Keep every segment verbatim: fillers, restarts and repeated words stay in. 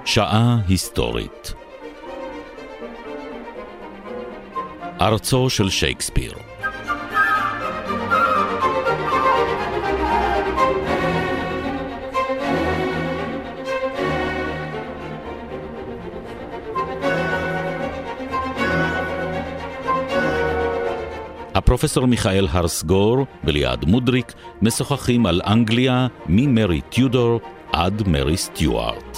שעה היסטורית. ארצו של שייקספיר. הפרופסור מיכאל הרסגור וליעד מודריק משוחחים על אנגליה ממרי טיודור עד מרי סטיוארט.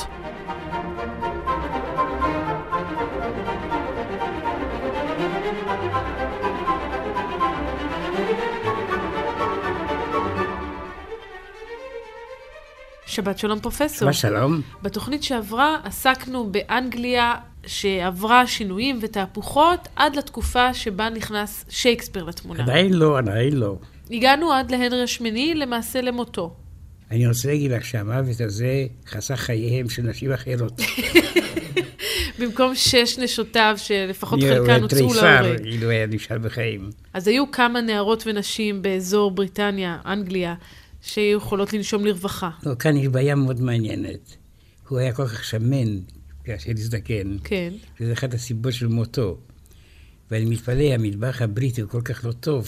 שבת שלום פרופסור. שבת שלום. בתוכנית שעברה עסקנו באנגליה שעברה שינויים ותהפוכות עד לתקופה שבה נכנס שייקספיר לתמונה. עדיין לא, עדיין לא. הגענו עד להנרי השמיני, למעשה למותו. אני רוצה להגיד לך שהמוות הזה חסך חייהם של נשים אחרות. במקום שש נשותיו שלפחות חלקן הוצאו להורג. אילו היה נשאר בחיים. אז היו כמה נערות ונשים באזור בריטניה, אנגליה, שהיו יכולות לנשום לרווחה. לא, כאן יש בעיה מאוד מעניינת. הוא היה כל כך שמן, כאשר הזדקן. כן. שזה אחת הסיבות של מותו. ואני מתפלא, המטבח הבריטי הוא כל כך לא טוב.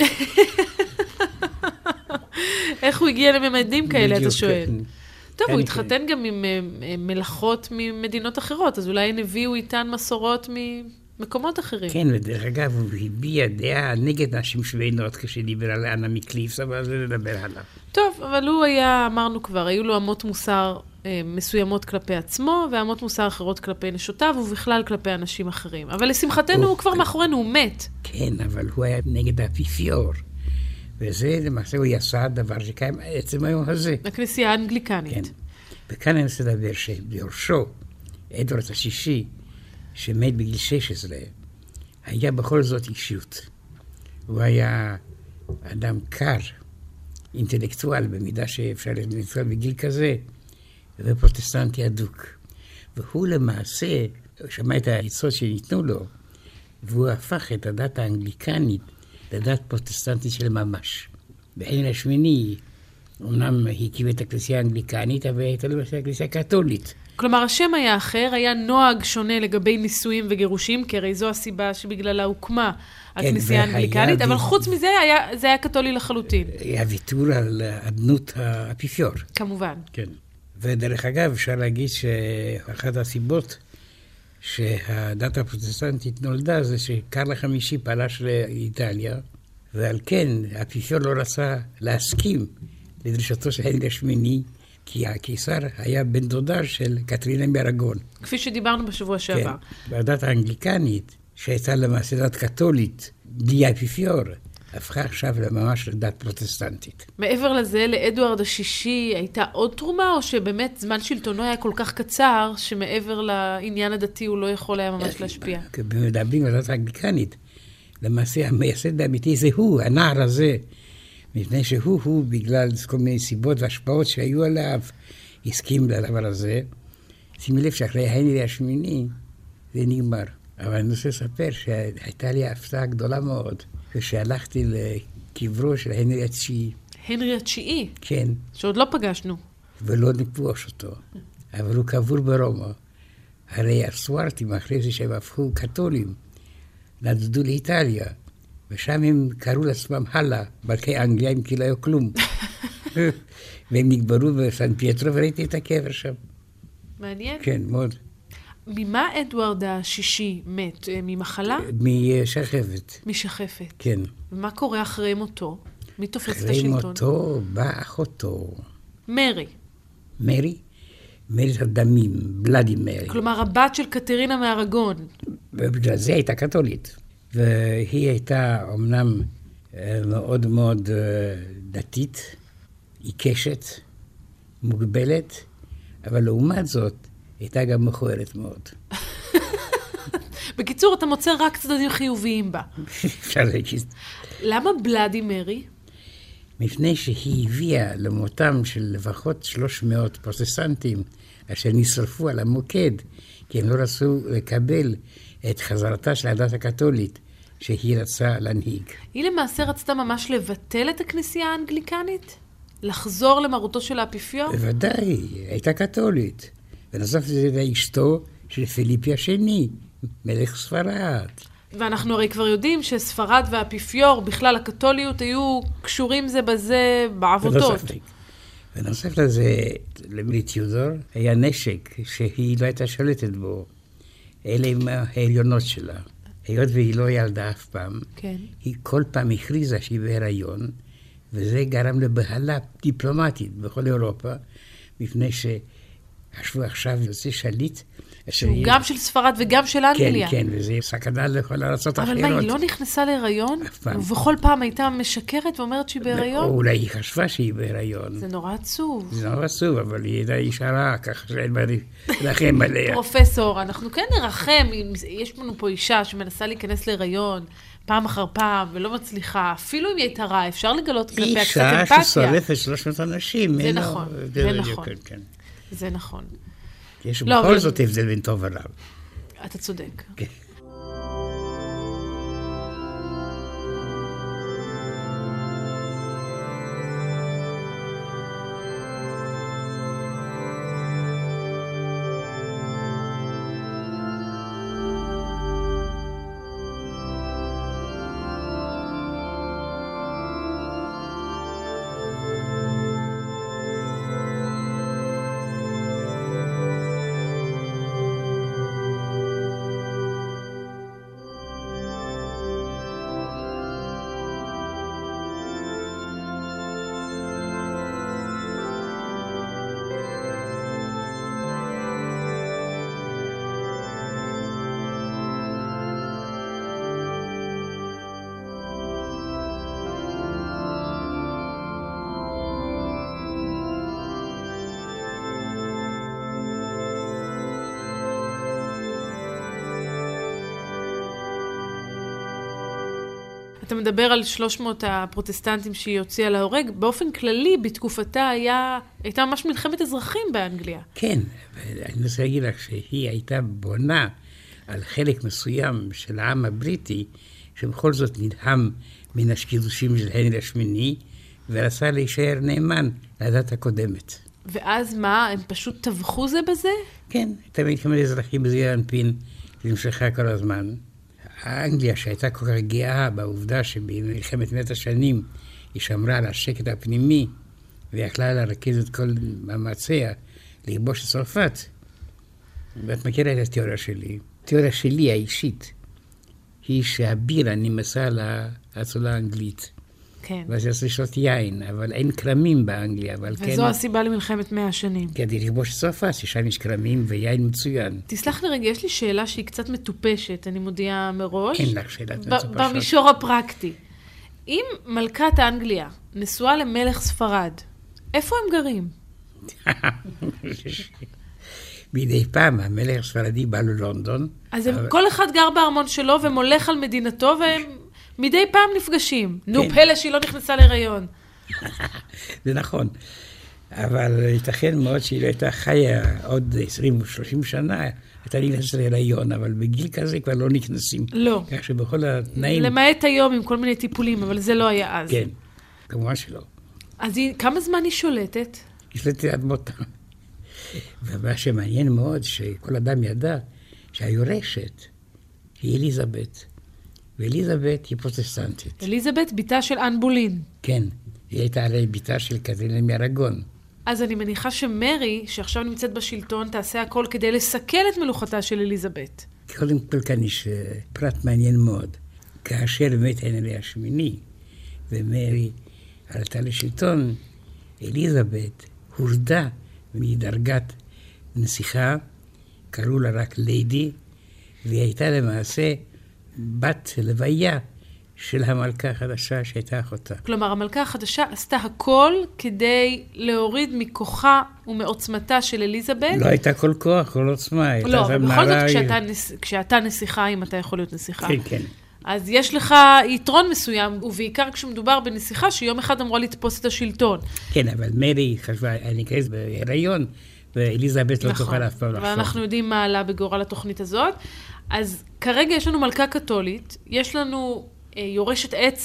איך הוא הגיע לממדים כאלה, אתה שואל? כן. טוב, כן, הוא כן. התחתן גם עם מלאכות ממדינות אחרות, אז אולי הן הביאו איתן מסורות ממקומות אחרים. כן, ודרך אגב, הוא הביע דעה נגד נשים שווינות כשדיבר על אנה מקליפס, אבל זה נדבר עליו. טוב, אבל הוא היה, אמרנו כבר, היו לו אמות מוסר אה, מסוימות כלפי עצמו, ואמות מוסר אחרות כלפי נשותיו, ובכלל כלפי אנשים אחרים. אבל לשמחתנו הוא, הוא כבר מאחורינו, הוא מת. כן, אבל הוא היה נגד האפיפיור. וזה למעשה הוא יעשה דבר שקיים עצם היום הזה. הכנסייה האנגליקנית. כן. וכאן אני רוצה לדבר שביורשו, אדוארד השישי, שמת בגיל שש עשרה, היה בכל זאת אישיות. הוא היה אדם קר, אינטלקטואל, במידה שאפשר אינטלקטואל בגיל כזה, ופרוטסטנטי אדוק. והוא למעשה שמע את העצות שניתנו לו, והוא הפך את הדת האנגליקנית לדת פרוטסטנטית של ממש. בהנרי השמיני, אמנם הקים את הכנסייה האנגליקנית, אבל הייתה למעשה הכנסייה הקתולית. כלומר, השם היה אחר, היה נוהג שונה לגבי נישואים וגירושים, כי הרי זו הסיבה שבגללה הוקמה הכנסייה האנגליקנית, אבל חוץ מזה היה, זה היה קתולי לחלוטין. היה ויתור על אדנות האפיפיור. כמובן. כן. ודרך אגב, אפשר להגיד שאחת הסיבות שהדת הפרוטסטנטית נולדה זה שקרל החמישי פלש לאיטליה, ועל כן האפיפיור לא רצה להסכים לדרישתו של הנרי השמיני, כי הקיסר היה בן דודה של קטרינה מארגון. כפי שדיברנו בשבוע שעבר. כן. והדת האנגליקנית, שהייתה למעשה דת קתולית, בלי האפיפיור, הפכה עכשיו לממש לדת פרוטסטנטית. מעבר לזה, לאדוארד השישי הייתה עוד תרומה, או שבאמת זמן שלטונו היה כל כך קצר, שמעבר לעניין הדתי הוא לא יכול היה ממש להשפיע? מדברים על הדת האנגליקנית. למעשה המייסד האמיתי זה הוא, הנער הזה. מפני שהוא, הוא, בגלל כל מיני סיבות והשפעות שהיו עליו, הסכים לדבר הזה. שימי לב שאחרי הנרי השמיני, זה נגמר. אבל אני רוצה לספר שהייתה לי הפתעה גדולה מאוד, כשהלכתי לקברו של הנרי התשיעי. הנרי התשיעי? כן. שעוד לא פגשנו. ולא נפגוש אותו. אבל הוא קבור ברומא. הרי הסוארטים, אחרי זה שהם הפכו קתולים, נדדו לאיטליה. ושם הם קראו לעצמם הלאה, מלכי אנגליה, אם כי לא היו כלום. והם נקברו בסן פייטרו, וראיתי את הקבר שם. מעניין. כן, מאוד. ממה אדוארד השישי מת? ממחלה? משחפת. משחפת. כן. ומה קורה אחרי מותו? מי תופס את אחרי השלטון? מותו בא אחותו. מרי. מרי? מרי הדמים, בלאדי מרי. כלומר, הבת של קטרינה מארגון. ובגלל זה הייתה קתולית. והיא הייתה אומנם מאוד מאוד דתית, עיקשת, מוגבלת, אבל לעומת זאת הייתה גם מכוערת מאוד. בקיצור, אתה מוצא רק צדדים חיוביים בה. אפשר להגיד. למה בלאדי מרי? מפני שהיא הביאה למותם של לפחות שלוש מאות פרוטסטנטים, אשר נשרפו על המוקד, כי הם לא רצו לקבל את חזרתה של הדת הקתולית, שהיא רצה להנהיג. היא למעשה רצתה ממש לבטל את הכנסייה האנגליקנית? לחזור למרותו של האפיפיור? בוודאי, הייתה קתולית. ונוסף לזה הייתה אשתו של פיליפי השני, מלך ספרד. ואנחנו הרי כבר יודעים שספרד והאפיפיור, בכלל הקתוליות, היו קשורים זה בזה בעבודות. ונוסף לזה, למרי טיודור היה נשק שהיא לא הייתה שולטת בו. אלה עם ההריונות שלה. היות והיא לא ילדה אף פעם, כן. היא כל פעם הכריזה שהיא בהיריון, וזה גרם לבהלה דיפלומטית בכל אירופה, מפני שחשבו עכשיו יוצא שליט. שהוא גם של ספרד וגם של אנגליה. כן, כן, וזה סכנה לכל הארצות האחרות. אבל מה, היא לא נכנסה להיריון? אף פעם. ובכל פעם הייתה משקרת ואומרת שהיא בהיריון? או אולי היא חשבה שהיא בהיריון. זה נורא עצוב. זה נורא עצוב, אבל היא הייתה אישה רעה, ככה שאין מה לרחם עליה. פרופסור, אנחנו כן נרחם, יש לנו פה אישה שמנסה להיכנס להיריון, פעם אחר פעם, ולא מצליחה, אפילו אם היא הייתה רעה, אפשר לגלות כלפי קצת אמפתיה. אישה ששורפת שלוש מאות אנשים. זה נכון, זה נכון. זה נכון. יש בכל זאת הבדל בין טוב ורע. אתה צודק. כן. אתה מדבר על שלוש מאות הפרוטסטנטים שהיא הוציאה להורג. באופן כללי, בתקופתה היה, הייתה ממש מלחמת אזרחים באנגליה. כן, אני רוצה להגיד לך שהיא הייתה בונה על חלק מסוים של העם הבריטי, שבכל זאת נדהם מן השקידושים של הנרי השמיני, ורצה להישאר נאמן לדת הקודמת. ואז מה, הם פשוט טבחו זה בזה? כן, הייתה מלחמת אזרחים בזעיר אנפין, שנמשכה כל הזמן. האנגליה שהייתה כל כך גאה בעובדה שבמלחמת מאת השנים היא שמרה על השקט הפנימי ויכלה לרכז את כל מאמציה לכבוש את צרפת. ואת מכירה את התיאוריה שלי. התיאוריה שלי האישית היא שהבירה נמסה לאצולה האנגלית. כן. ואז יעשו לשתות יין, אבל אין קרמים באנגליה. אבל וזו כן, הסיבה למלחמת מאה השנים. כדי לכבוש את צרפת, ששם יש קרמים ויין מצוין. תסלח לי רגע, יש לי שאלה שהיא קצת מטופשת, אני מודיעה מראש. אין לך שאלה ב- מטופשת. במישור הפרקטי. אם מלכת אנגליה נשואה למלך ספרד, איפה הם גרים? מדי פעם המלך הספרדי בא ללונדון. אז הם, אבל... כל אחד גר בארמון שלו ומולך על מדינתו, והם מדי פעם נפגשים. נו, פלא שהיא לא נכנסה להיריון. זה נכון. אבל ייתכן מאוד שהיא לא הייתה חיה עוד עשרים או שלושים שנה, הייתה נכנסת להיריון, אבל בגיל כזה כבר לא נכנסים. לא. כך שבכל התנאים... למעט היום עם כל מיני טיפולים, אבל זה לא היה אז. כן, כמובן שלא. אז היא, כמה זמן היא שולטת? היא שולטת עד מותה. ומה שמעניין מאוד, שכל אדם ידע שהיורשת היא אליזבת. ואליזבת היא פרוטסטנטית. אליזבת, ביתה של אן בולין. כן, היא הייתה הרי ביתה של קטרין מארגון. אז אני מניחה שמרי, שעכשיו נמצאת בשלטון, תעשה הכל כדי לסכל את מלוכתה של אליזבת. קודם כל כאן יש פרט מעניין מאוד. כאשר מת הנרי השמיני, ומרי עלתה לשלטון, אליזבת הורדה מדרגת נסיכה, קראו לה רק ליידי, והיא הייתה למעשה בת לוויה של המלכה החדשה שהייתה אחותה. כלומר, המלכה החדשה עשתה הכל כדי להוריד מכוחה ומעוצמתה של אליזבת. לא הייתה כל כוח, כל עוצמה. לא, אבל בכל זאת, כשאתה, נס... כשאתה נסיכה, אם אתה יכול להיות נסיכה. כן, כן. אז יש לך יתרון מסוים, ובעיקר כשמדובר בנסיכה, שיום אחד אמורה לתפוס את השלטון. כן, אבל מרי חשבה, אני אכנס בהיריון, ואליזבת לא תוכל אף פעם לחשוב. ואנחנו יודעים מה עלה בגורל התוכנית הזאת. אז כרגע יש לנו מלכה קתולית, יש לנו אה, יורשת עצר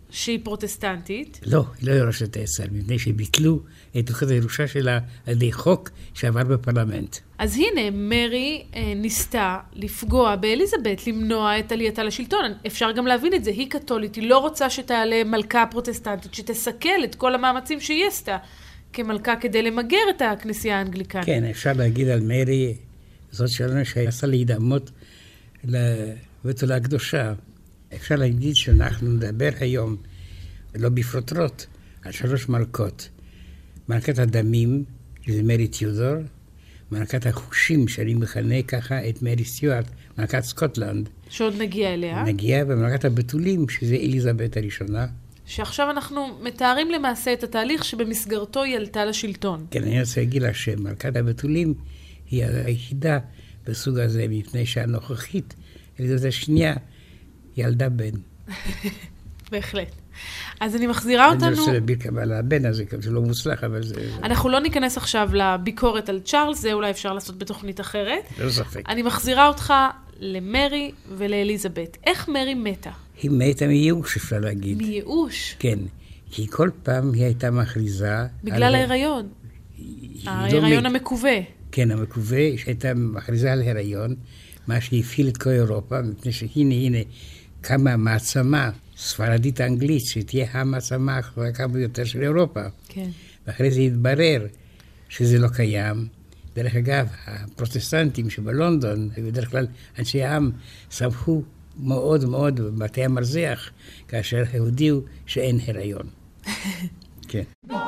שהיא פרוטסטנטית. לא, היא לא יורשת עשר, מפני שביטלו את זכות הירושה שלה על ידי חוק שעבר בפרלמנט. אז הנה, מרי אה, ניסתה לפגוע באליזבת, למנוע את עלייתה לשלטון. אפשר גם להבין את זה, היא קתולית, היא לא רוצה שתעלה מלכה פרוטסטנטית, שתסכל את כל המאמצים שהיא עשתה כמלכה כדי למגר את הכנסייה האנגליקנית. כן, אפשר להגיד על מרי, זאת שלנו שעשה להידמות לבתולה הקדושה. אפשר להגיד שאנחנו נדבר היום, לא בפרוטרוט, על שלוש מלכות. מלכת הדמים, שזה מרי טיודור, מלכת החושים, שאני מכנה ככה את מרי סטיוארט, מלכת סקוטלנד. שעוד נגיע אליה. נגיע, ומלכת הבתולים, שזה אליזבת הראשונה. שעכשיו אנחנו מתארים למעשה את התהליך שבמסגרתו היא עלתה לשלטון. כן, אני רוצה להגיד לה שמלכת הבתולים היא היחידה בסוג הזה, מפני שהנוכחית, אליזבת השנייה, ילדה בן. בהחלט. אז אני מחזירה אותנו... אני רוצה להביע כמה על הבן הזה, זה לא מוצלח, אבל זה... אנחנו לא ניכנס עכשיו לביקורת על צ'ארלס, זה אולי אפשר לעשות בתוכנית אחרת. לא ספק. אני מחזירה אותך למרי ולאליזבת. איך מרי מתה? היא מתה מייאוש, אפשר להגיד. מייאוש? כן. כי כל פעם היא הייתה מכריזה... בגלל ההיריון. ההיריון המקווה. כן, המקווה, שהייתה מכריזה על ההיריון, מה שהפעיל את כל אירופה, מפני שהנה, הנה, כמה מעצמה ספרדית אנגלית, שתהיה המעצמה החזקה ביותר של אירופה. כן. ואחרי זה התברר שזה לא קיים. דרך אגב, הפרוטסטנטים שבלונדון, בדרך כלל אנשי העם, שמחו מאוד מאוד בבתי המרזח, כאשר הודיעו שאין הריון. כן.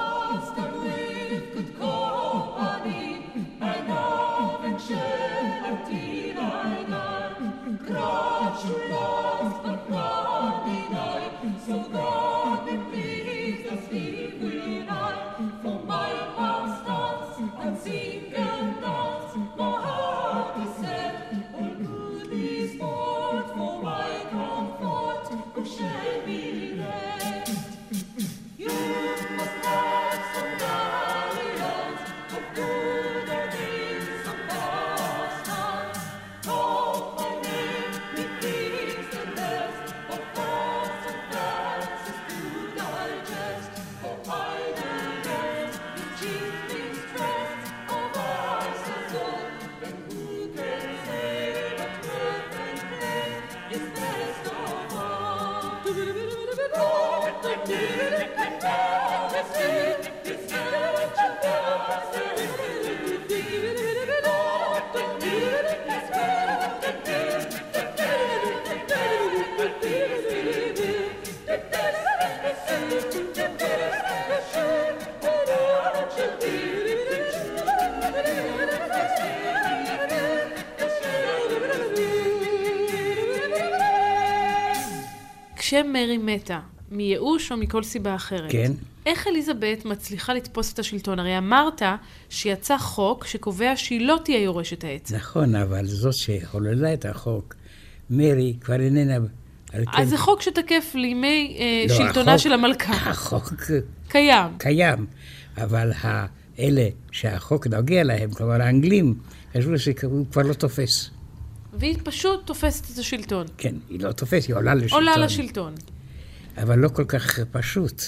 כשמרי מתה, מייאוש או מכל סיבה אחרת, כן. איך אליזבת מצליחה לתפוס את השלטון? הרי אמרת שיצא חוק שקובע שהיא לא תהיה יורשת העצר. נכון, אבל זאת שחוללה את החוק, מרי כבר איננה... אז זה חוק שתקף לימי אה, לא, שלטונה החוק, של המלכה. החוק קיים. קיים, אבל האלה שהחוק נוגע להם, כלומר האנגלים, חשבו שהוא כבר לא תופס. והיא פשוט תופסת את השלטון. כן, היא לא תופסת, היא עולה לשלטון. עולה לשלטון. אבל לא כל כך פשוט,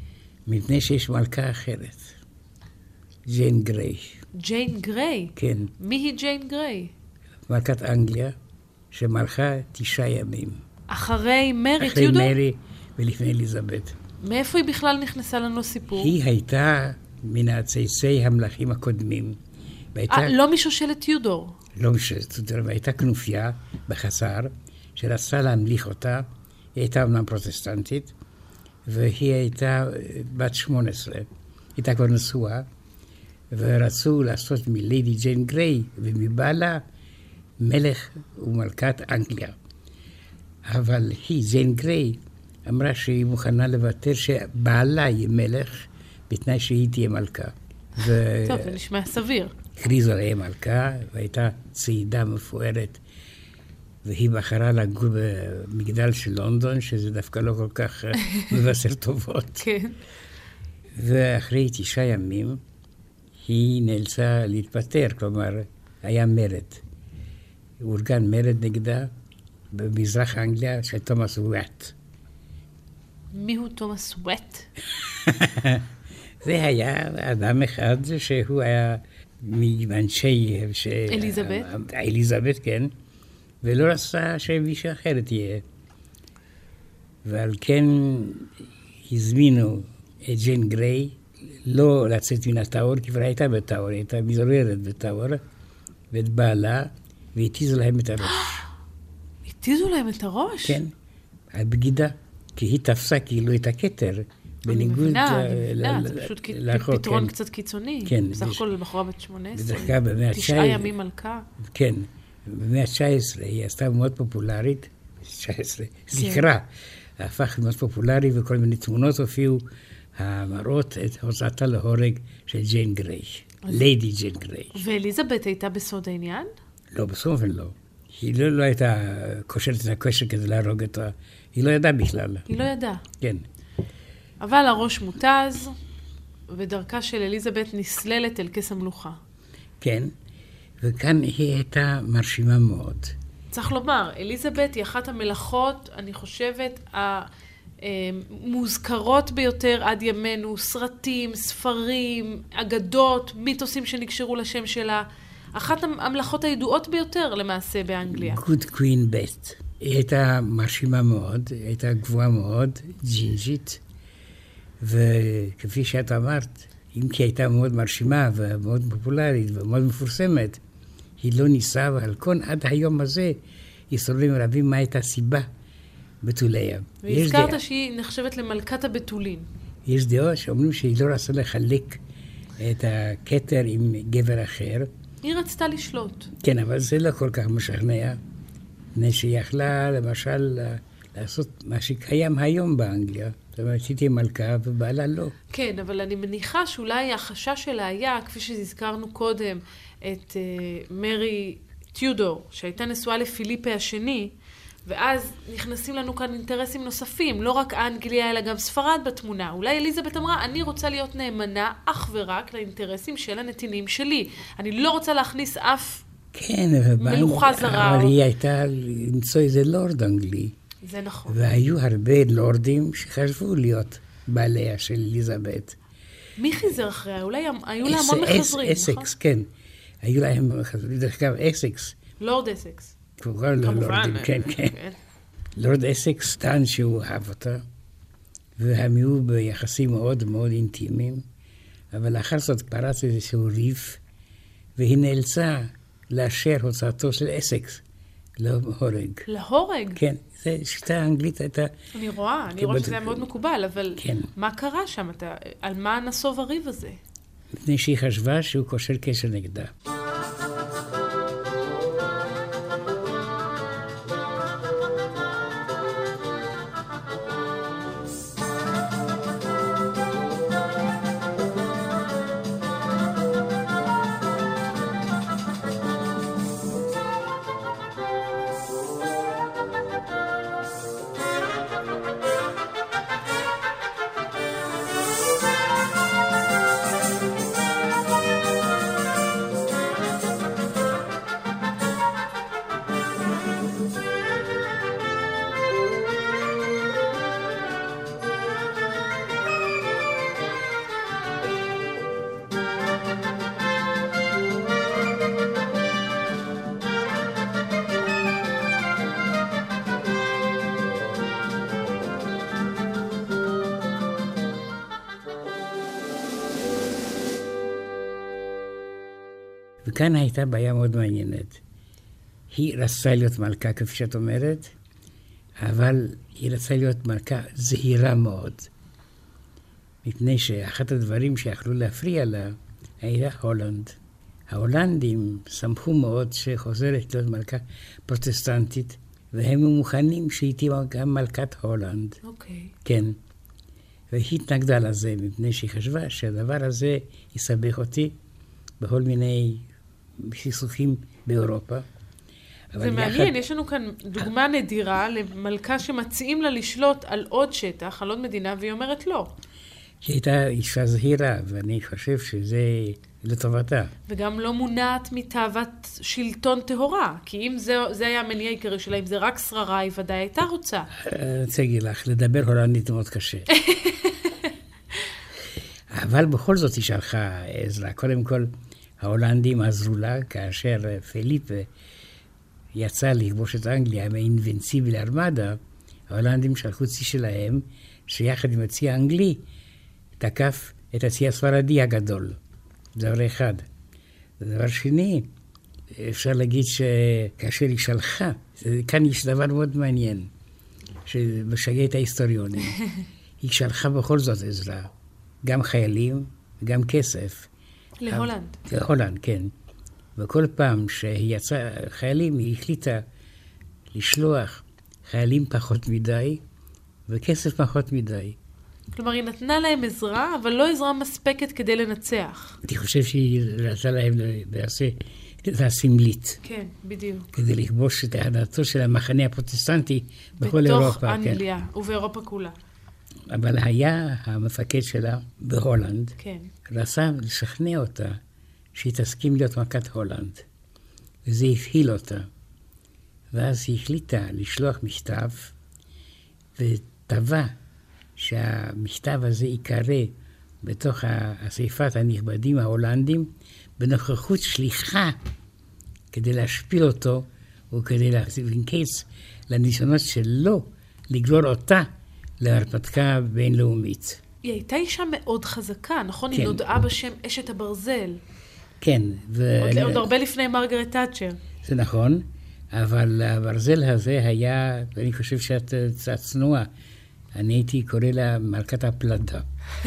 מפני שיש מלכה אחרת. ג'יין גריי. ג'יין גריי? כן. מי היא ג'יין גריי? מלכת אנגליה, שמלכה תשעה ימים. אחרי מרי אחרי טיודור? אחרי מרי ולפני אליזבת. מאיפה היא בכלל נכנסה לנו סיפור? היא הייתה מן הצאצאי המלכים הקודמים. והייתה... 아, לא משושלת טיודור. לא משושלת טיודור, והייתה כנופיה בחצר, שרצה להמליך אותה. היא הייתה אמנם פרוטסטנטית, והיא הייתה בת שמונה עשרה. היא הייתה כבר נשואה, ורצו לעשות מלידי ג'יין גריי, ומבעלה מלך ומלכת אנגליה. אבל היא, ג'יין גריי, אמרה שהיא מוכנה לוותר שבעלה יהיה מלך, בתנאי שהיא תהיה מלכה. ו... טוב, זה נשמע סביר. הכריזו עליה מלכה, והייתה צעידה מפוארת, והיא בחרה לגור במגדל של לונדון, שזה דווקא לא כל כך מבשר טובות. כן. ואחרי תשעה ימים, היא נאלצה להתפטר, כלומר, היה מרד. אורגן מרד נגדה במזרח אנגליה של תומאס ווט. מיהו תומאס ווט? זה היה אדם אחד שהוא היה מאנשי... אליזבת? אליזבת, כן. ולא רצה שמישהו אחרת תהיה. ועל כן הזמינו את ג'יין גריי לא לצאת מן הטאור, כי כבר הייתה בטאור, הייתה מתעוררת בטאור, ואת בעלה, והתיזו להם את הראש. התיזו להם את הראש? כן, על בגידה, כי היא תפסה כאילו את הכתר, אני מבינה, אני מבינה, זה פשוט פתרון קצת קיצוני. כן. בסך הכל בחורה בת שמונה עשרה. בדרכה במאה ה-תשע עשרה. תשעה ימים מלכה. כן, במאה ה-תשע עשרה היא עשתה מאוד פופולרית, תשע עשרה, זכרה, הפך מאוד פופולרי, וכל מיני תמונות הופיעו, המראות את הוצאתה להורג של ג'יין גריי, ליידי ג'יין גריי. ואליזבת הייתה בסוד העניין? לא, בסוף אופן לא. היא לא, לא הייתה קושרת את הקשר כדי להרוג אותה, היא לא ידעה בכלל. היא לא ידעה. כן. אבל הראש מותז, ודרכה של אליזבת נסללת אל כס המלוכה. כן, וכאן היא הייתה מרשימה מאוד. צריך לומר, אליזבת היא אחת המלכות, אני חושבת, המוזכרות ביותר עד ימינו, סרטים, ספרים, אגדות, מיתוסים שנקשרו לשם שלה. אחת המלכות הידועות ביותר למעשה באנגליה. Good Queen Best. היא הייתה מרשימה מאוד, היא הייתה גבוהה מאוד, ג'ינג'ית, וכפי שאת אמרת, אם כי הייתה מאוד מרשימה ומאוד פופולרית ומאוד מפורסמת, היא לא ניסה, ועל כל עד היום הזה, ישראלים רבים מה הייתה סיבה בתוליה. והזכרת דע... שהיא נחשבת למלכת הבתולים. יש דעות שאומרים שהיא לא רצה לחלק את הכתר עם גבר אחר. היא רצתה לשלוט. כן, אבל זה לא כל כך משכנע. מפני שהיא יכלה, למשל, לעשות מה שקיים היום באנגליה. זאת אומרת, היא תהיה מלכה ובעלה לא. כן, אבל אני מניחה שאולי החשש שלה היה, כפי שהזכרנו קודם, את uh, מרי טיודור, שהייתה נשואה לפיליפה השני, ואז נכנסים לנו כאן אינטרסים נוספים, לא רק אנגליה, אלא גם ספרד בתמונה. אולי אליזבת אמרה, אני רוצה להיות נאמנה אך ורק לאינטרסים של הנתינים שלי. אני לא רוצה להכניס אף כן, מלוכה זרה. אבל היא הייתה למצוא איזה לורד אנגלי. זה נכון. והיו הרבה לורדים שחשבו להיות בעליה של אליזבת. מי חיזר אחריה? אולי היו לה המון מחזרים, נכון? אסקס, כן. היו להם מחזרים, דרך אגב, אסקס. לורד אסקס. כמובן. כן, כן. לורד אסקס טען שהוא אהב אותה, והם היו ביחסים מאוד מאוד אינטימיים, אבל לאחר זאת פרץ איזשהו ריב, והיא נאלצה לאשר הוצאתו של אסקס להורג. להורג? כן, זו שיטה האנגלית הייתה... אני רואה, אני רואה שזה היה מאוד מקובל, אבל כן. מה קרה שם? אתה, על מה נסוב הריב הזה? מפני שהיא חשבה שהוא קושר קשר נגדה. וכאן הייתה בעיה מאוד מעניינת. היא רצתה להיות מלכה, כפי שאת אומרת, אבל היא רצתה להיות מלכה זהירה מאוד. מפני שאחת הדברים שיכלו להפריע לה היה הולנד. ההולנדים שמחו מאוד שחוזרת להיות מלכה פרוטסטנטית, והם מוכנים שהיא תהיה גם מלכת הולנד. אוקיי. כן. והיא התנגדה לזה, מפני שהיא חשבה שהדבר הזה יסבך אותי בכל מיני סכסוכים באירופה. זה מעניין, יש לנו כאן דוגמה נדירה למלכה שמציעים לה לשלוט על עוד שטח, על עוד מדינה, והיא אומרת לא. שהיא הייתה אישה זהירה, ואני חושב שזה לטובתה. וגם לא מונעת מתאוות שלטון טהורה, כי אם זה, זה היה המניע העיקרי שלה, אם זה רק שררה, היא ודאי הייתה רוצה. אני רוצה להגיד לך, לדבר הולנדית מאוד קשה. אבל בכל זאת היא שלחה עזרה. קודם כל, ההולנדים עזרו לה, כאשר פיליפ יצא לכבוש את אנגליה מהאינבנסיבל ארמדה, ההולנדים שלחו צי שלהם, שיחד עם הצי האנגלי, תקף את הצי הספרדי הגדול. דבר אחד. דבר שני, אפשר להגיד שכאשר היא שלחה, כאן יש דבר מאוד מעניין, שמשגע את ההיסטוריונים. היא שלחה בכל זאת עזרה, גם חיילים, גם כסף. להולנד. להולנד, כן. וכל פעם שהיא יצאה חיילים, היא החליטה לשלוח חיילים פחות מדי, וכסף פחות מדי. כלומר, היא נתנה להם עזרה, אבל לא עזרה מספקת כדי לנצח. אני חושב שהיא נתנה להם עזרה סמלית. כן, בדיוק. כדי לכבוש את העדתו של המחנה הפרוטסטנטי בכל אירופה. בתוך אנגליה, כן. ובאירופה כולה. אבל היה המפקד שלה בהולנד, כן. רצה לשכנע אותה שהיא תסכים להיות מלכת הולנד. וזה הפעיל אותה. ואז היא החליטה לשלוח מכתב, וטבע שהמכתב הזה יקרא בתוך אספת הנכבדים ההולנדים, בנוכחות שליחה, כדי להשפיל אותו, וכדי להציב קץ לניסיונות שלו לגרור אותה להרפתקה בינלאומית. היא הייתה אישה מאוד חזקה, נכון? כן. היא נודעה בשם אשת הברזל. כן. ו... עוד, עוד הרבה לפני מרגרט תאצ'ר. זה נכון, אבל הברזל הזה היה, ואני חושב שאת צנועה, אני הייתי קורא לה מלכת הפלדה.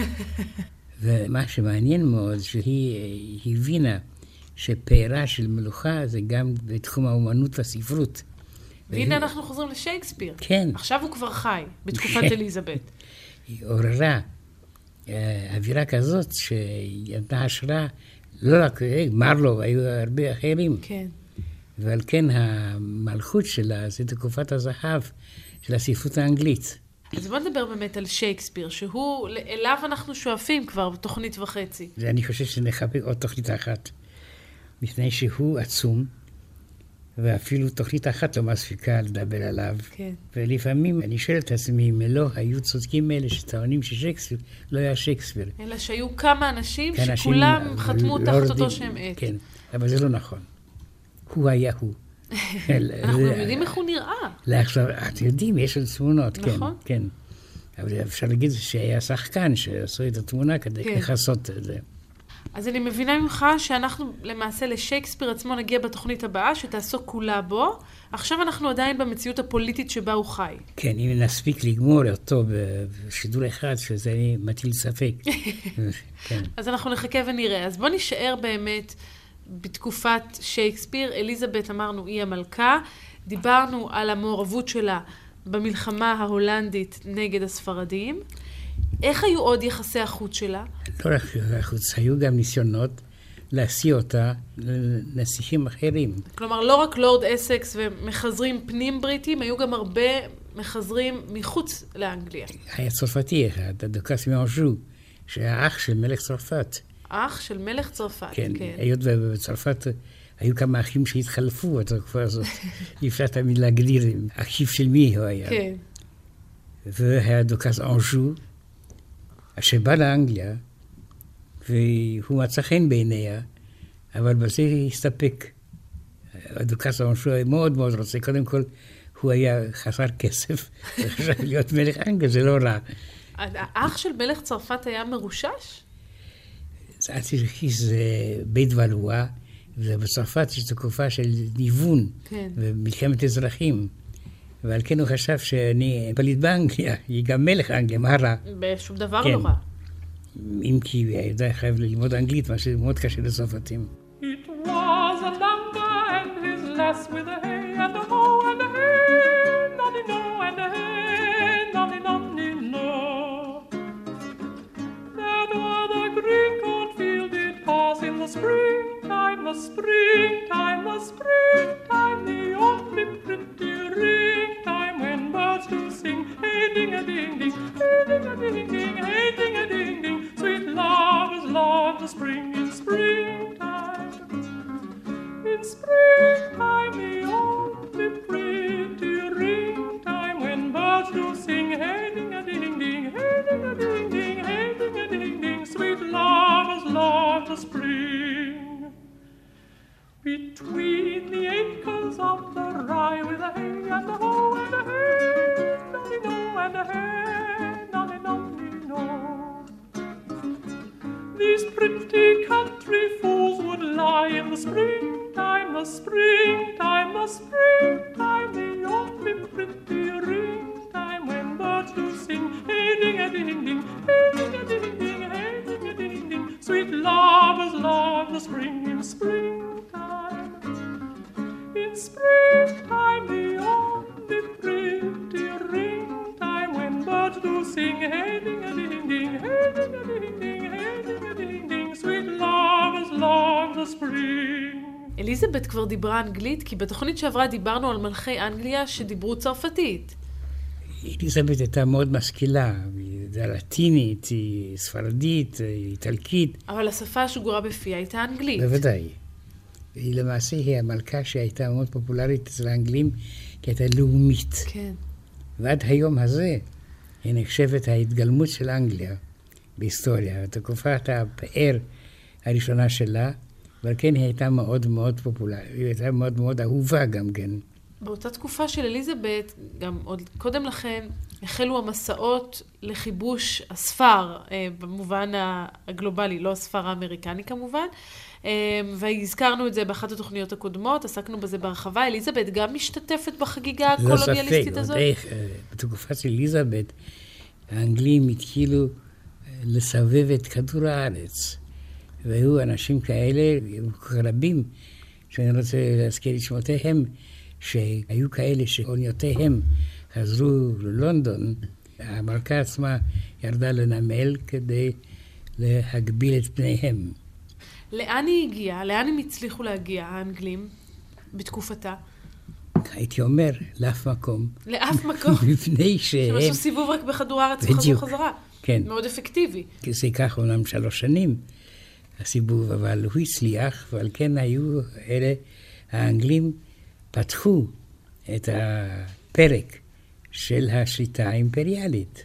ומה שמעניין מאוד, שהיא הבינה שפארה של מלוכה זה גם בתחום האומנות והספרות. והנה אנחנו חוזרים לשייקספיר. כן. עכשיו הוא כבר חי, בתקופת אליזבת. היא עוררה אווירה כזאת שהיא נתנה השראה, לא רק מרלו, היו הרבה אחרים. כן. ועל כן המלכות שלה זה תקופת הזהב של הספרות האנגלית. אז בוא נדבר באמת על שייקספיר, שהוא, אליו אנחנו שואפים כבר בתוכנית וחצי. ואני חושב שנחבק עוד תוכנית אחת, מפני שהוא עצום, ואפילו תוכנית אחת לא מספיקה לדבר עליו. כן. ולפעמים אני שואל את עצמי, אם לא היו צודקים אלה שטוענים ששייקספיר לא היה שייקספיר. אלא שהיו כמה אנשים אנשים שכולם חתמו לא תחת יודעים, אותו שם עט. כן, אבל זה לא נכון. הוא היה הוא. אנחנו יודעים איך הוא נראה. לעכשיו, אתם יודעים, יש עוד תמונות, כן, נכון. כן. אבל אפשר להגיד שהיה שחקן שעשו את התמונה כדי כן. לחסות את זה. אז אני מבינה ממך שאנחנו למעשה לשייקספיר עצמו נגיע בתוכנית הבאה, שתעסוק כולה בו. עכשיו אנחנו עדיין במציאות הפוליטית שבה הוא חי. כן, אם נספיק לגמור אותו בשידור אחד, שזה אני מטיל ספק. כן. אז אנחנו נחכה ונראה. אז בוא נשאר באמת בתקופת שייקספיר. אליזבת, אמרנו, היא המלכה. דיברנו על המעורבות שלה במלחמה ההולנדית נגד הספרדים. איך היו עוד יחסי החוץ שלה? לא רק החוץ, היו גם ניסיונות להשיא אותה לנסיכים אחרים. כלומר, לא רק לורד אסקס ומחזרים פנים בריטים, היו גם הרבה מחזרים מחוץ לאנגליה. היה צרפתי אחד, הדוכס מאנז'ו, שהיה אח של מלך צרפת. אח של מלך צרפת, כן. כן. היות ובצרפת היו כמה אחים שהתחלפו בתקופה הזאת. אי אפשר תמיד להגדיר אחיו של מי הוא היה. כן. והיה דוכס אנז'ו, שבא לאנגליה, והוא מצא חן בעיניה, אבל בזה הסתפק. הדוכס אנז'ו מאוד מאוד רוצה, קודם כל, הוא היה חסר כסף, וחשב להיות מלך אנגליה, זה לא רע. האח של מלך צרפת היה מרושש? זה זה בית ולואה, ובצרפת יש תקופה של ניוון, כן. ומלחמת אזרחים. ועל כן הוא חשב שאני פליט באנגליה, היא גם מלך אנגליה, מה רע? בשום דבר כן. לא רע. אם כי היה חייב ללמוד אנגלית, מה שמאוד קשה לצרפתים. It was a Langa and his lass with a hay and a hoe and a hay, nonny no and a hay, nonny nonny no. Then o'er the green cornfield did pass in the springtime, the springtime, the springtime, the only pretty ringtime when birds do sing, hey ding a ding ding, hey ding a ding ding, hey ding a ding ding. springtime, the only pretty ring time when birds do sing. Hey ding a ding ding, hey ding a ding ding, hey ding a ding ding. Sweet lovers love the spring in springtime. In springtime, the only pretty ring time when birds do sing. Hey ding a ding ding, hey ding a ding ding, hey ding a ding ding. Sweet lovers love the spring. אליזבת כבר דיברה אנגלית, כי בתוכנית שעברה דיברנו על מלכי אנגליה שדיברו צרפתית. אליזבת הייתה מאוד משכילה, היא לטינית, היא ספרדית, היא איטלקית. אבל השפה השגורה בפיה הייתה אנגלית. בוודאי. היא למעשה היא המלכה שהייתה מאוד פופולרית אצל האנגלים, כי הייתה לאומית. כן. ועד היום הזה היא נחשבת ההתגלמות של אנגליה בהיסטוריה. תקופת הפאר הראשונה שלה, אבל כן היא הייתה מאוד מאוד פופולרית, היא הייתה מאוד מאוד אהובה גם כן. באותה תקופה של אליזבת, גם עוד קודם לכן, החלו המסעות לכיבוש הספר, במובן הגלובלי, לא הספר האמריקני כמובן, והזכרנו את זה באחת התוכניות הקודמות, עסקנו בזה בהרחבה. אליזבת גם משתתפת בחגיגה הקולוניאליסטית הזאת? לא ספק, בתקופה של אליזבת, האנגלים התחילו לסבב את כדור הארץ, והיו אנשים כאלה, רבים, שאני רוצה להזכיר את שמותיהם, שהיו כאלה שאוניותיהם חזרו ללונדון, המלכה עצמה ירדה לנמל כדי להגביל את פניהם. לאן היא הגיעה? לאן הם הצליחו להגיע, האנגלים, בתקופתה? הייתי אומר, לאף מקום. לאף מקום? מפני שהם... שעשו סיבוב רק בכדור הארץ וחזרו חזרה. כן. מאוד אפקטיבי. זה ייקח אומנם שלוש שנים, הסיבוב, אבל הוא הצליח, ועל כן היו אלה, האנגלים פתחו את הפרק של השיטה האימפריאלית,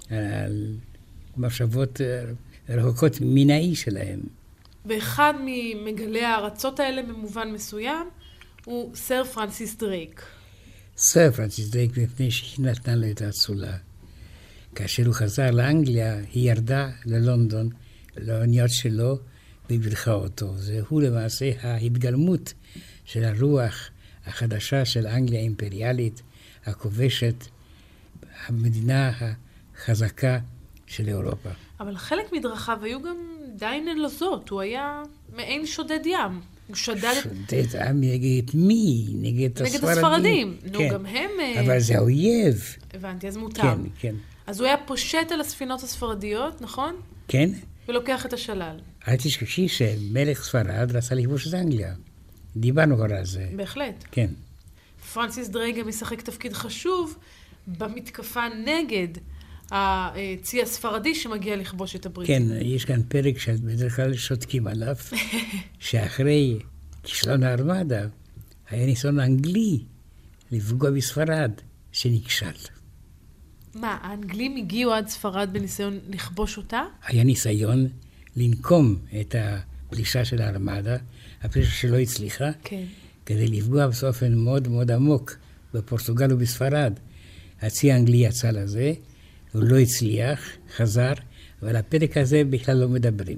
על מחשבות רחוקות מן האי שלהם. ואחד ממגלי הארצות האלה במובן מסוים הוא סר פרנסיס דרייק. סר פרנסיס דרייק, מפני שהיא נתנה לו את האצולה. כאשר הוא חזר לאנגליה, היא ירדה ללונדון, לאוניות שלו, והבריחה אותו. זהו למעשה ההתגלמות של הרוח החדשה של אנגליה האימפריאלית, הכובשת, המדינה החזקה של אירופה. אבל חלק מדרכיו היו גם די נלוזות, הוא היה מעין שודד ים. הוא שדד... שודד עם נגד מי? נגד הספרדים. נגד הספרדים. נו, כן. גם הם... אבל זה האויב. הבנתי, אז מותר. כן, כן. אז הוא היה פושט על הספינות הספרדיות, נכון? כן. ולוקח את השלל. אל תשכחי שמלך ספרד רצה לכבוש את אנגליה. דיברנו כבר על זה. בהחלט. כן. פרנסיס דרייק גם משחק תפקיד חשוב במתקפה נגד הצי הספרדי שמגיע לכבוש את הבריטים. כן, יש כאן פרק שבדרך כלל שותקים עליו, שאחרי כישלון הארמדה, היה ניסיון אנגלי לפגוע בספרד, שנכשל. מה, האנגלים הגיעו עד ספרד בניסיון לכבוש אותה? היה ניסיון לנקום את הפלישה של הארמדה, הפלישה שלא הצליחה, כן. כדי לפגוע בסופן מאוד מאוד עמוק בפורטוגל ובספרד. הצי האנגלי יצא לזה, הוא לא הצליח, חזר, אבל הפרק הזה בכלל לא מדברים.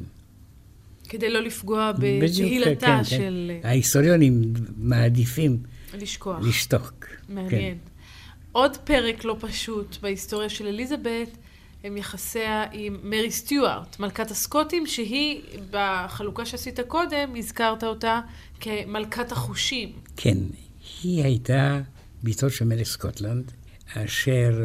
כדי לא לפגוע בתהילתה כן, של... כן. ההיסטוריונים מעדיפים לשכוח. לשתוק. מעניין. כן. עוד פרק לא פשוט בהיסטוריה של אליזבת, הם יחסיה עם מרי סטיוארט, מלכת הסקוטים, שהיא בחלוקה שעשית קודם, הזכרת אותה כמלכת החושים. כן, היא הייתה ביתו של מלך סקוטלנד, אשר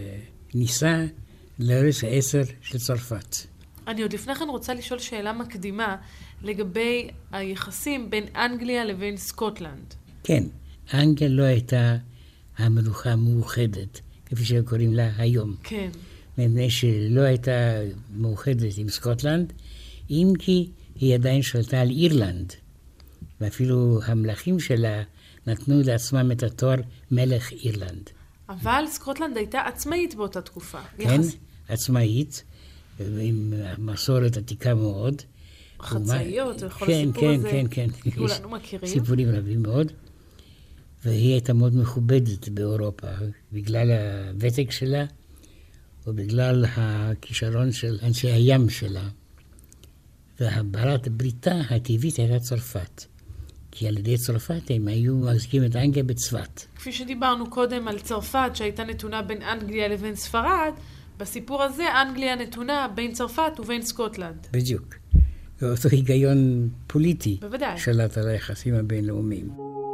ניסה לארץ העשר של צרפת. אני עוד לפני כן רוצה לשאול שאלה מקדימה לגבי היחסים בין אנגליה לבין סקוטלנד. כן, אנגליה לא הייתה המלוכה המאוחדת, כפי שקוראים לה היום. כן. מפני שלא הייתה מאוחדת עם סקוטלנד, אם כי היא עדיין שלטה על אירלנד, ואפילו המלכים שלה נתנו לעצמם את התואר מלך אירלנד. אבל סקוטלנד הייתה עצמאית באותה תקופה. כן, יחס... עצמאית, עם מסורת עתיקה מאוד. חצאיות, ומה... וכל כן, הסיפור כן, הזה. כן, כן, כן. כולנו מכירים. סיפורים רבים מאוד. והיא הייתה מאוד מכובדת באירופה, בגלל הוותק שלה, ובגלל הכישרון של אנשי הים שלה. והבעלת בריתה הטבעית הייתה צרפת. כי על ידי צרפת הם היו מחזיקים את אנגליה בצפת. כפי שדיברנו קודם על צרפת שהייתה נתונה בין אנגליה לבין ספרד, בסיפור הזה אנגליה נתונה בין צרפת ובין סקוטלנד. בדיוק. ואותו היגיון פוליטי. בוודאי. שלט על היחסים הבינלאומיים.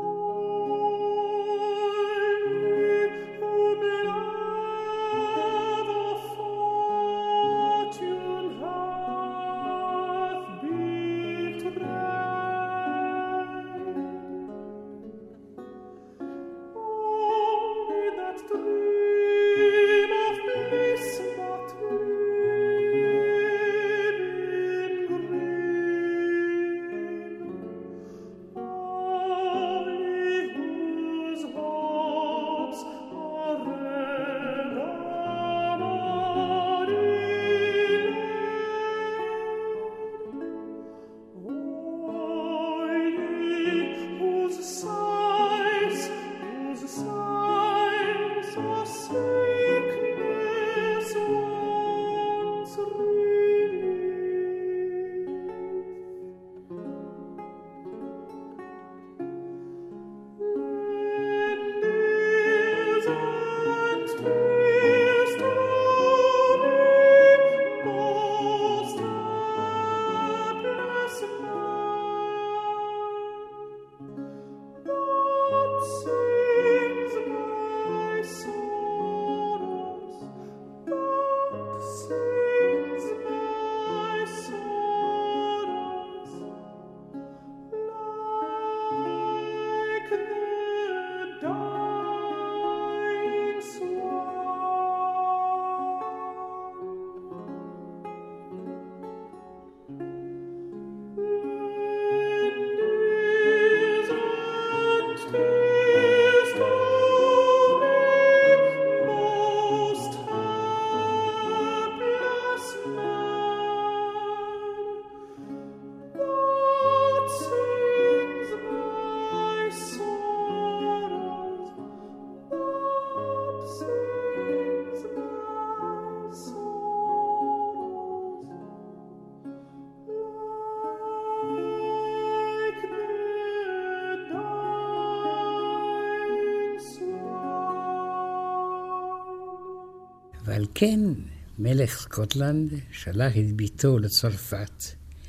ועל כן מלך סקוטלנד שלח את ביתו לצרפת.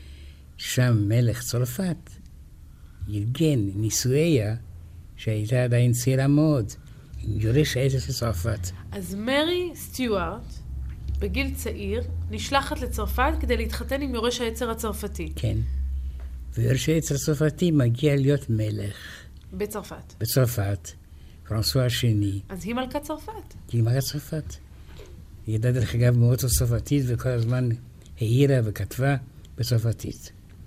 שם מלך צרפת ארגן נישואיה שהייתה עדיין צעירה מאוד, יורש העצר של צרפת. אז מרי סטיוארט, בגיל צעיר, נשלחת לצרפת כדי להתחתן עם יורש העצר הצרפתי. כן. ויורש העצר הצרפתי מגיע להיות מלך. בצרפת. בצרפת. פרנסואה השני. אז היא מלכת צרפת. היא מלכת צרפת. היא ידעה דרך אגב מאוד צרפתית וכל הזמן העירה וכתבה בצרפתית.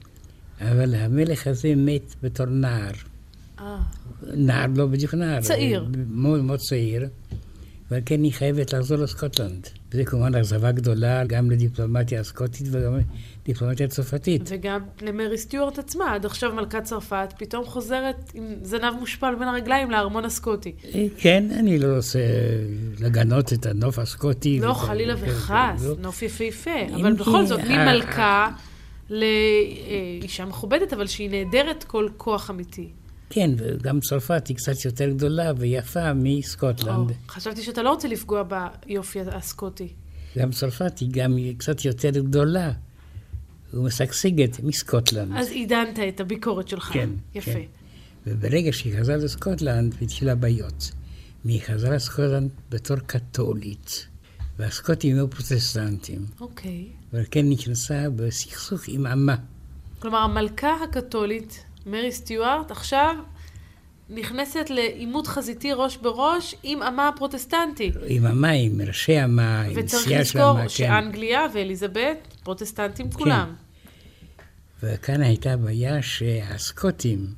אבל המלך הזה מת בתור נער. אה. נער, לא בדיוק נער. צעיר. מאוד מאוד צעיר. ועל כן היא חייבת לחזור לסקוטלנד. וזה כמובן אכזבה גדולה גם לדיפלומטיה הסקוטית וגם לדיפלומטיה הצרפתית. וגם למרי סטיוארט עצמה, עד עכשיו מלכת צרפת, פתאום חוזרת עם זנב מושפל בין הרגליים לארמון הסקוטי. כן, אני לא רוצה לגנות את הנוף הסקוטי. לא, חלילה וחס, נוף יפהפה. אבל בכל זאת, ממלכה לאישה מכובדת, אבל שהיא נהדרת כל כוח אמיתי. כן, וגם צרפת היא קצת יותר גדולה ויפה מסקוטלנד. חשבתי שאתה לא רוצה לפגוע ביופי הסקוטי. גם צרפת היא גם קצת יותר גדולה ומשגשגת מסקוטלנד. אז עידנת את הביקורת שלך. כן, יפה. כן. וברגע שהיא חזרה לסקוטלנד, התחילה בעיות. היא חזרה לסקוטלנד בתור קתולית, והסקוטים היו פרוטסטנטים. אוקיי. וכן נכנסה בסכסוך עם עמה. כלומר, המלכה הקתולית, מרי סטיוארט, עכשיו נכנסת לעימות חזיתי ראש בראש עם עמה הפרוטסטנטי. עם עמה, עם ראשי עמה, עם וצריך סיעה של עמה. לזכור שאנגליה ואליזבת פרוטסטנטים כולם. וכאן הייתה בעיה שהסקוטים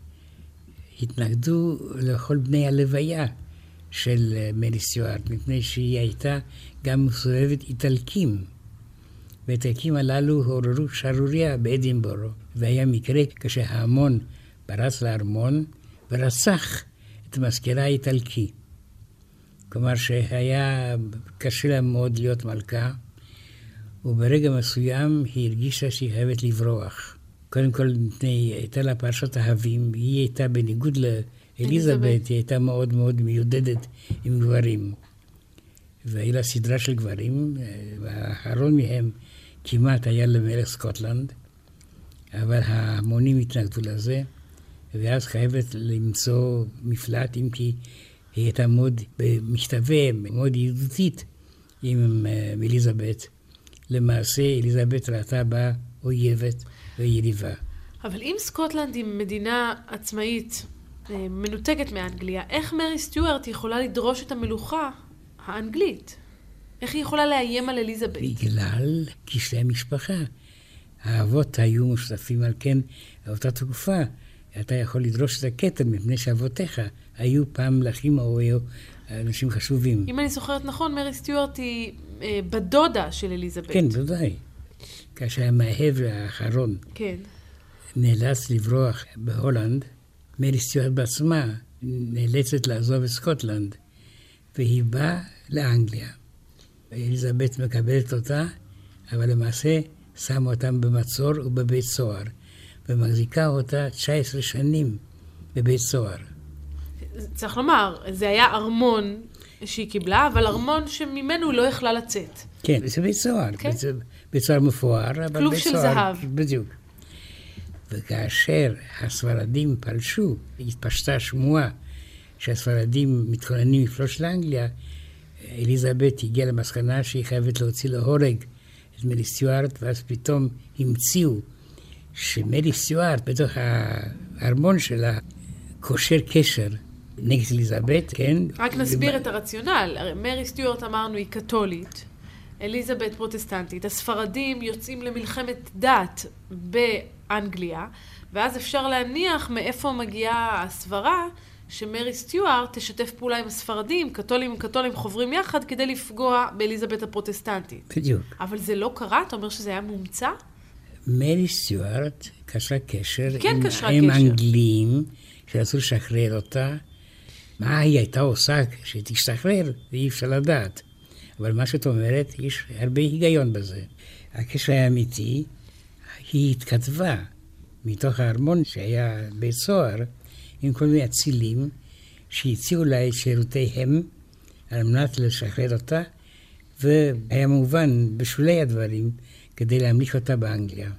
התנגדו לכל בני הלוויה של מרי סטיוארט, מפני שהיא הייתה גם מסובבת איטלקים. והאיטלקים הללו עוררו שערוריה באדינבורו. והיה מקרה כשההמון פרץ לארמון ורצח את המזכירה האיטלקי. כלומר שהיה קשה לה מאוד להיות מלכה, וברגע מסוים היא הרגישה שהיא חייבת לברוח. קודם כל, הייתה לה פרשת אהבים, היא הייתה בניגוד לאליזבת, היא הייתה מאוד מאוד מיודדת עם גברים. והיא לה סדרה של גברים, והאחרון מהם כמעט היה למלך סקוטלנד, אבל ההמונים התנגדו לזה, ואז חייבת למצוא מפלט, אם כי היא הייתה מאוד משתווה, מאוד ידידותית עם אליזבת. למעשה, אליזבת ראתה בה אויבת ויריבה. אבל אם סקוטלנד היא מדינה עצמאית, מנותקת מאנגליה, איך מרי סטיוארט יכולה לדרוש את המלוכה האנגלית? איך היא יכולה לאיים על אליזבת? בגלל קשרי המשפחה. האבות היו משותפים על כן באותה תקופה. אתה יכול לדרוש את הכתר מפני שאבותיך היו פעם מלכים או היו אנשים חשובים. אם אני זוכרת נכון, מרי סטיוארט היא אה, בדודה של אליזבת. כן, בוודאי. כאשר המאהב האחרון כן. נאלץ לברוח בהולנד, מרי סטיוארט בעצמה נאלצת לעזוב את סקוטלנד, והיא באה לאנגליה. אליזבת מקבלת אותה, אבל למעשה שמה אותם במצור ובבית סוהר, ומחזיקה אותה תשע עשרה שנים בבית סוהר. צריך לומר, זה היה ארמון שהיא קיבלה, אבל ארמון שממנו לא יכלה לצאת. כן, זה בית סוהר. כן? בית, בית סוהר מפואר, אבל כלוב בית של סוהר. זהב. בדיוק. וכאשר הספרדים פלשו, התפשטה שמועה שהספרדים מתכוננים לפלוש לאנגליה, אליזבת הגיעה למסקנה שהיא חייבת להוציא להורג את מרי סטיוארט, ואז פתאום המציאו שמרי סטיוארט בתוך הארמון שלה קושר קשר נגד אליזבת, כן? רק נסביר את הרציונל. מרי סטיוארט אמרנו היא קתולית, אליזבת פרוטסטנטית. הספרדים יוצאים למלחמת דת באנגליה, ואז אפשר להניח מאיפה מגיעה הסברה שמרי סטיוארט תשתף פעולה עם הספרדים, קתולים וקתולים חוברים יחד כדי לפגוע באליזבת הפרוטסטנטית. בדיוק. אבל זה לא קרה? אתה אומר שזה היה מומצא? מרי סטיוארט קשרה קשר כן, עם, קשרה עם קשר. אנגלים שרצו לשחרר אותה. מה היא הייתה עושה שתשתחרר? ואי אפשר לדעת. אבל מה שאת אומרת, יש הרבה היגיון בזה. הקשר היה אמיתי, היא התכתבה מתוך הארמון שהיה בית סוהר, עם כל מיני אצילים שהציעו לה את שירותיהם על מנת לשחרר אותה, והיה מובן בשולי הדברים כדי להמליך אותה באנגליה.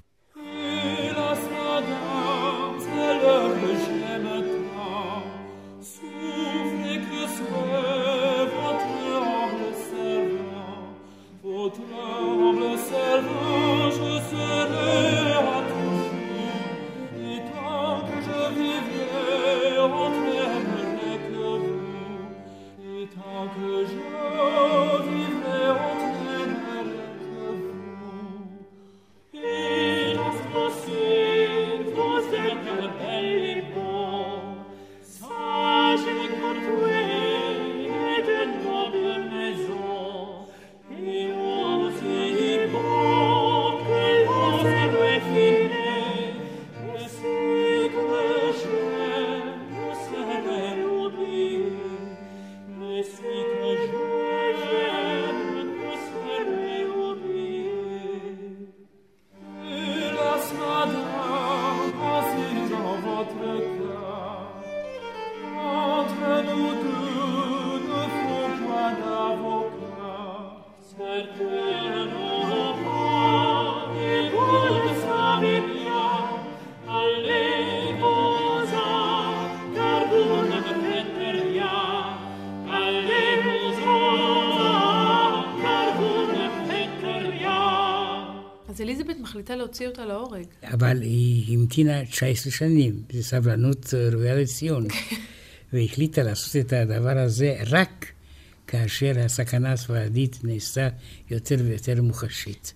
אז אליזבת מחליטה להוציא אותה להורג. אבל היא המתינה תשע עשרה שנים, זו סבלנות ראויה לציון, והחליטה לעשות את הדבר הזה רק כאשר הסכנה הספרדית נעשתה יותר ויותר מוחשית.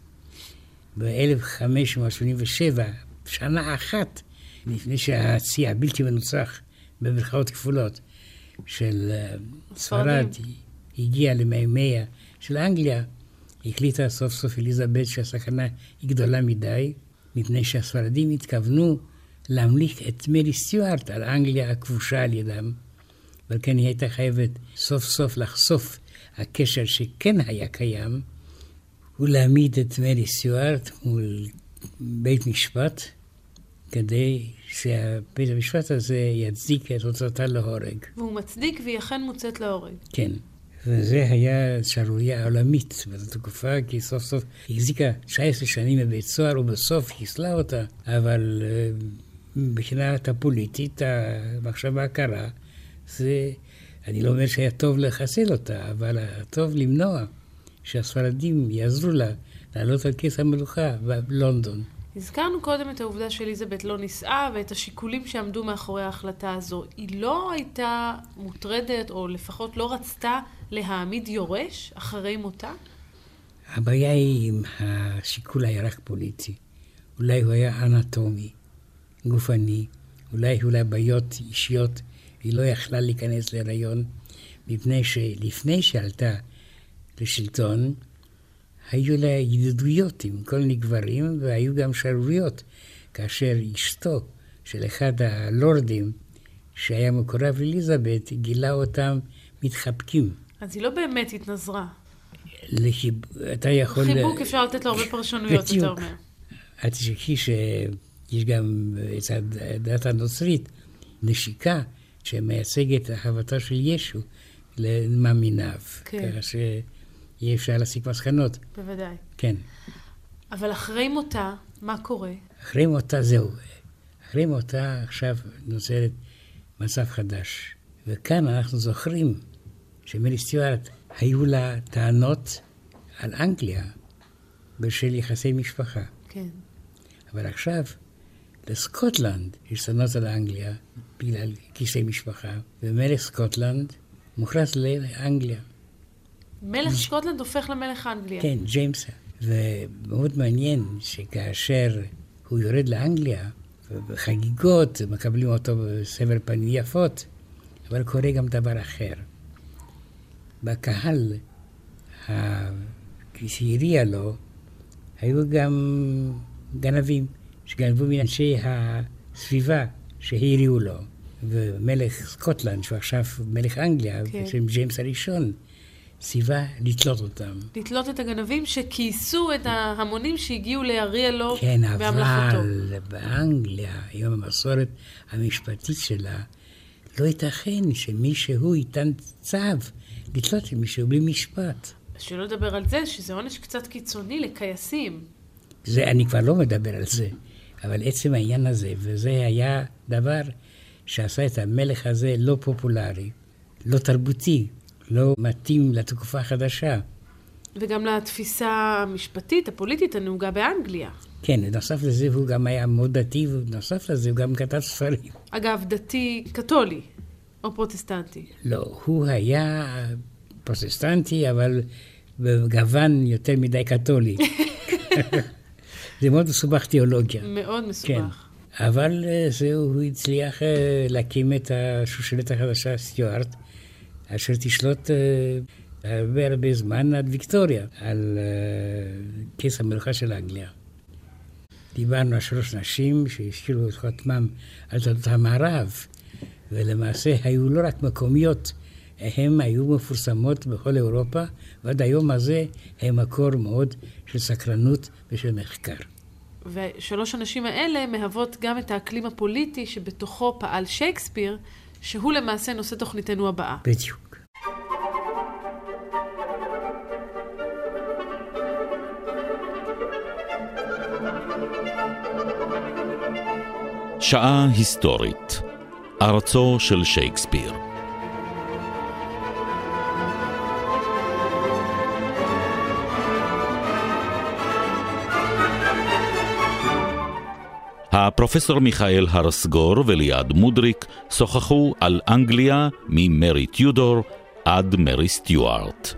ב-אלף חמש מאות שמונים ושבע, שנה אחת לפני שהצי הבלתי מנוצח במרכאות כפולות של ספרד הגיע למימיה של אנגליה, החליטה סוף סוף אליזבת שהסכנה היא גדולה מדי, מפני שהספרדים התכוונו להמליך את מרי סטיוארט על אנגליה הכבושה על ידם, אבל כן היא הייתה חייבת סוף סוף לחשוף הקשר שכן היה קיים, ולהעמיד את מרי סטיוארט מול בית משפט, כדי שבית המשפט הזה יצדיק את הוצאתה להורג. והוא מצדיק והיא אכן מוצאת להורג. כן. וזה היה שערורייה עולמית בתקופה, כי סוף סוף היא החזיקה תשע עשרה שנים בבית סוהר, ובסוף חיסלה אותה. אבל מבחינת הפוליטית, המחשבה הקרה, זה, אני לא אומר שהיה טוב לחסל אותה, אבל טוב למנוע שהספרדים יעזרו לה לעלות על כס המלוכה בלונדון. הזכרנו קודם את העובדה שאליזבת לא נישאה ואת השיקולים שעמדו מאחורי ההחלטה הזו. היא לא הייתה מוטרדת, או לפחות לא רצתה להעמיד יורש אחרי מותה? הבעיה היא עם השיקול היה רק פוליטי. אולי הוא היה אנטומי, גופני, אולי הוא היה בעיות אישיות, היא לא יכלה להיכנס להיריון, מפני שלפני שעלתה לשלטון, היו לה ידידויות עם כל מיני גברים, והיו גם שערוריות, כאשר אשתו של אחד הלורדים, שהיה מקורב לאליזבת, גילה אותם מתחבקים. אז היא לא באמת התנזרה. לחיב... אתה יכול... חיבוק אפשר לתת לו הרבה פרשנויות יותר אומר. את תשכחי שיש גם את הדת הנוצרית, נשיקה, שמייצגת את אהבתו של ישו למאמיניו. כן. ככה ש... יהיה אפשר להסיק מסקנות. בוודאי. כן. אבל אחרי מותה, מה קורה? אחרי מותה זהו. אחרי מותה עכשיו נוצרת מצב חדש. וכאן אנחנו זוכרים שמרי סטיוארט היו לה טענות על אנגליה בשל יחסי משפחה. כן. אבל עכשיו לסקוטלנד יש טענות על אנגליה בגלל קשרי משפחה, ומלך סקוטלנד מוכרז לאנגליה. מלך סקוטלנד הופך למלך אנגליה. כן, ג'יימס. ומאוד מעניין שכאשר הוא יורד לאנגליה, ובחגיגות מקבלים אותו בסבר פנים יפות, אבל קורה גם דבר אחר. בקהל שהריע לו, היו גם גנבים, שגנבו מאנשי הסביבה שהריעו לו. ומלך סקוטלנד, שהוא עכשיו מלך אנגליה, כן. בשם ג'יימס הראשון, ציווה לתלות אותם. לתלות את הגנבים שכיסו את ההמונים שהגיעו להריע לו כן, והמלכתו. אבל באנגליה, עם המסורת המשפטית שלה, לא ייתכן שמישהו ייתן צו לתלות את מישהו בלי משפט. שלא לדבר על זה, שזה עונש קצת קיצוני לקייסים. זה, אני כבר לא מדבר על זה, אבל עצם העניין הזה, וזה היה דבר שעשה את המלך הזה לא פופולרי, לא תרבותי, לא מתאים לתקופה החדשה. וגם לתפיסה המשפטית, הפוליטית הנהוגה באנגליה. כן, נוסף לזה הוא גם היה מאוד דתי, ונוסף לזה הוא גם כתב ספרים. אגב, דתי קתולי או פרוטסטנטי? לא, הוא היה פרוטסטנטי, אבל בגוון יותר מדי קתולי. זה מאוד מסובך תיאולוגיה. מאוד מסובך. כן. אבל זהו, הוא הצליח להקים את השושלת החדשה, סטיוארט, אשר תשלוט הרבה הרבה זמן עד ויקטוריה, על כס המלוכה של אנגליה. דיברנו על שלוש נשים שהשאירו את חותמם על תולדות המערב, ולמעשה היו לא רק מקומיות, הן היו מפורסמות בכל אירופה, ועד היום הזה הם מקור מאוד של סקרנות ושל מחקר. ושלוש הנשים האלה מהוות גם את האקלים הפוליטי שבתוכו פעל שייקספיר, שהוא למעשה נושא תוכניתנו הבאה. בדיוק. שעה היסטורית. ארצו של שייקספיר. הפרופסור מיכאל הרסגור וליעד מודריק שוחחו על אנגליה ממרי טיודור עד מרי סטיוארט.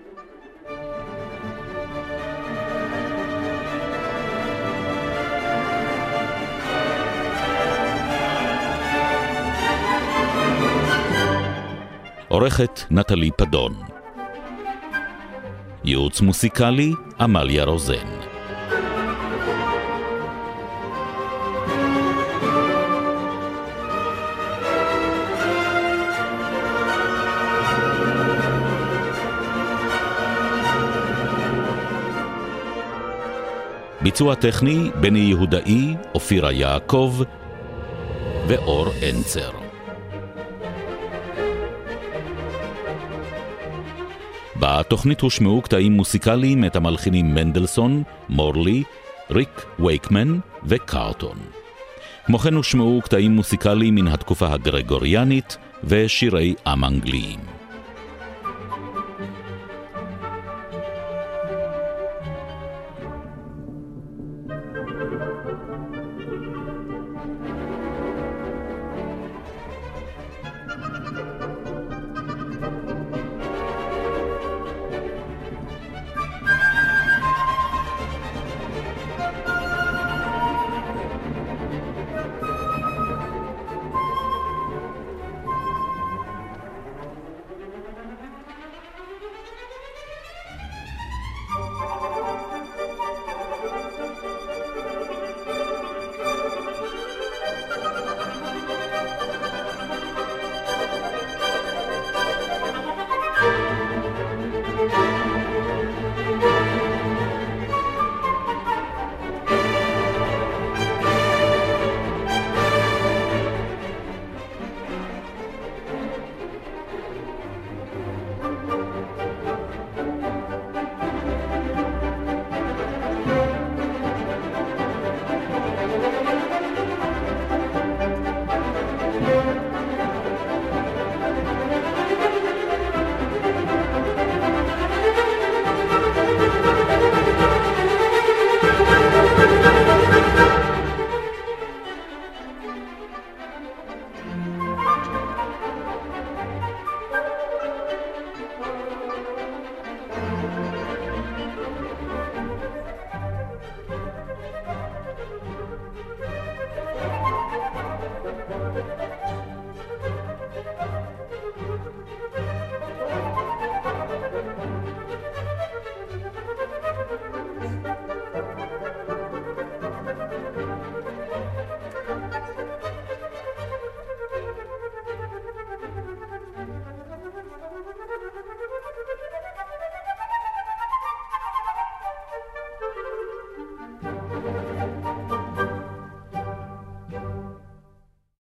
עורכת נטלי פדון. ייעוץ מוסיקלי אמליה רוזן. ביצוע טכני בני יהודאי, אופירה יעקב, ואור אנצר. בתוכנית הושמעו קטעים מוסיקליים את המלחינים מנדלסון, מורלי, ריק וייקמן וקארטון. כמו כן הושמעו קטעים מוסיקליים מן התקופה הגרגוריאנית ושירי עם אנגליים.